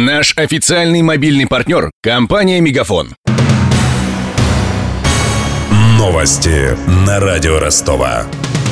Наш официальный мобильный партнер – компания «Мегафон». Новости на радио Ростова.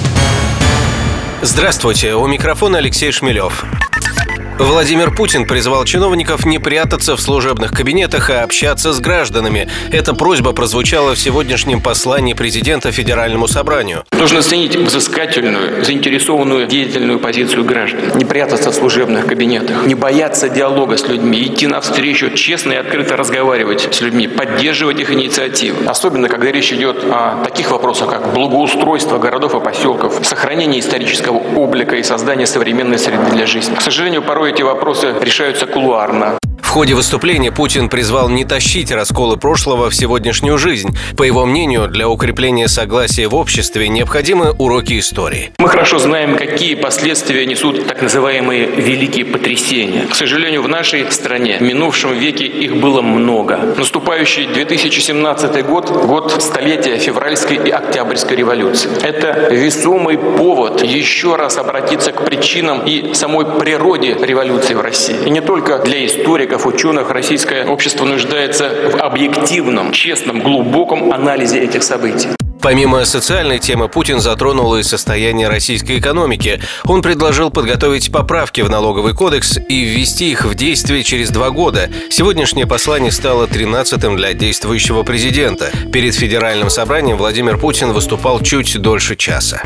Здравствуйте, у микрофона Алексей Шмелев. Владимир Путин призвал чиновников не прятаться в служебных кабинетах, а общаться с гражданами. Эта просьба прозвучала в сегодняшнем послании президента Федеральному собранию. Нужно ценить взыскательную, заинтересованную, деятельную позицию граждан. Не прятаться в служебных кабинетах, не бояться диалога с людьми, идти навстречу, честно и открыто разговаривать с людьми, поддерживать их инициативы. Особенно, когда речь идет о таких вопросах, как благоустройство городов и поселков, сохранение исторического облика и создание современной среды для жизни. К сожалению, порой эти вопросы решаются кулуарно. В ходе выступления Путин призвал не тащить расколы прошлого в сегодняшнюю жизнь. По его мнению, для укрепления согласия в обществе необходимы уроки истории. Мы хорошо знаем, какие последствия несут так называемые великие потрясения. К сожалению, в нашей стране в минувшем веке их было много. Наступающий 2017 год – год столетия февральской и октябрьской революции. Это весомый повод еще раз обратиться к причинам и самой природе революции в России. И не только для историков, ученых, российское общество нуждается в объективном, честном, глубоком анализе этих событий. Помимо социальной темы, Путин затронул и состояние российской экономики. Он предложил подготовить поправки в налоговый кодекс и ввести их в действие через 2 года. Сегодняшнее послание стало 13-м для действующего президента. Перед Федеральным собранием Владимир Путин выступал чуть дольше часа.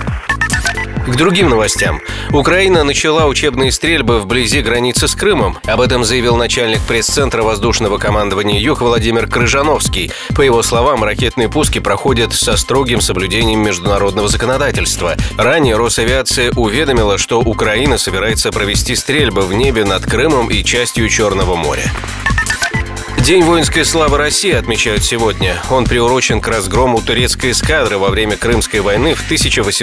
К другим новостям. Украина начала учебные стрельбы вблизи границы с Крымом. Об этом заявил начальник пресс-центра воздушного командования «Юг» Владимир Крыжановский. По его словам, ракетные пуски проходят со строгим соблюдением международного законодательства. Ранее Росавиация уведомила, что Украина собирается провести стрельбы в небе над Крымом и частью Черного моря. День воинской славы России отмечают сегодня. Он приурочен к разгрому турецкой эскадры во время Крымской войны в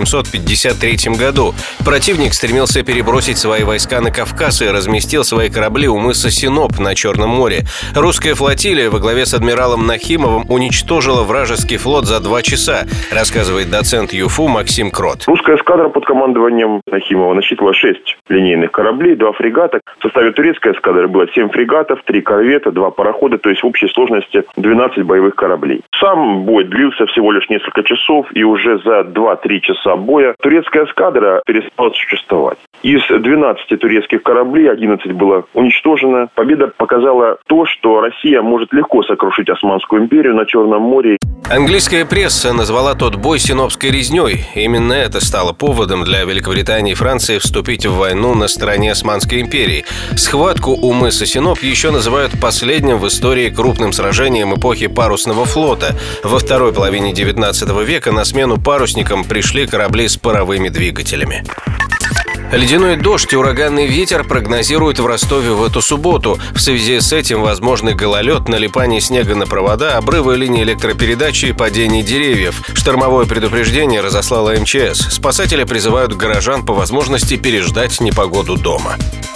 1853 году. Противник стремился перебросить свои войска на Кавказ и разместил свои корабли у мыса Синоп на Черном море. Русская флотилия во главе с адмиралом Нахимовым уничтожила вражеский флот за 2 часа, рассказывает доцент ЮФУ Максим Крот. Русская эскадра под командованием Нахимова насчитывала 6 линейных кораблей, 2 фрегата. В составе турецкой эскадры было 7 фрегатов, 3 корвета, 2 парохода, то есть в общей сложности 12 боевых кораблей. Сам бой длился всего лишь несколько часов, и уже за 2-3 часа боя турецкая эскадра перестала существовать. Из 12 турецких кораблей 11 было уничтожено. Победа показала то, что Россия может легко сокрушить Османскую империю на Черном море. Английская пресса назвала тот бой синопской резнёй. Именно это стало поводом для Великобритании и Франции вступить в войну на стороне Османской империи. Схватку у мыса Синоп еще называют последним в истории крупным сражением эпохи парусного флота. Во второй половине 19 века на смену парусникам пришли корабли с паровыми двигателями. Ледяной дождь и ураганный ветер прогнозируют в Ростове в эту субботу. В связи с этим возможны гололед, налипание снега на провода, обрывы линий электропередачи и падение деревьев. Штормовое предупреждение разослала МЧС. Спасатели призывают горожан по возможности переждать непогоду дома.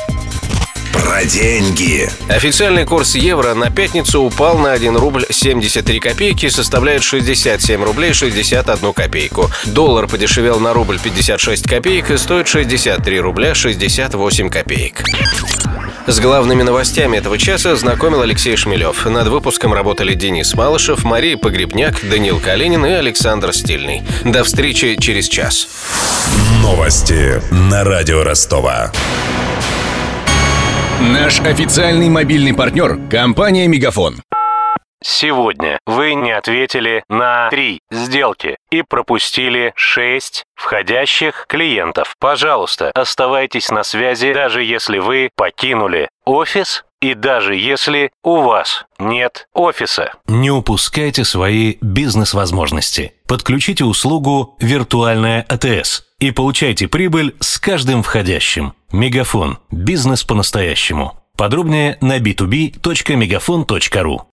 Про деньги. Официальный курс евро на пятницу упал на 1 рубль 73 копейки, составляет 67 рублей 61 копейку. Доллар подешевел на рубль 56 копеек и стоит 63 рубля 68 копеек. С главными новостями этого часа знакомил Алексей Шмелев. Над выпуском работали Денис Малышев, Мария Погребняк, Даниил Калинин и Александр Стильный. До встречи через час. Новости на радио Ростова. Наш официальный мобильный партнер – компания «Мегафон». Сегодня вы не ответили на 3 сделки и пропустили 6 входящих клиентов. Пожалуйста, оставайтесь на связи, даже если вы покинули офис и даже если у вас нет офиса. Не упускайте свои бизнес-возможности. Подключите услугу «Виртуальная АТС» и получайте прибыль с каждым входящим. Мегафон. Бизнес по-настоящему. Подробнее на b2b.megafon.ru.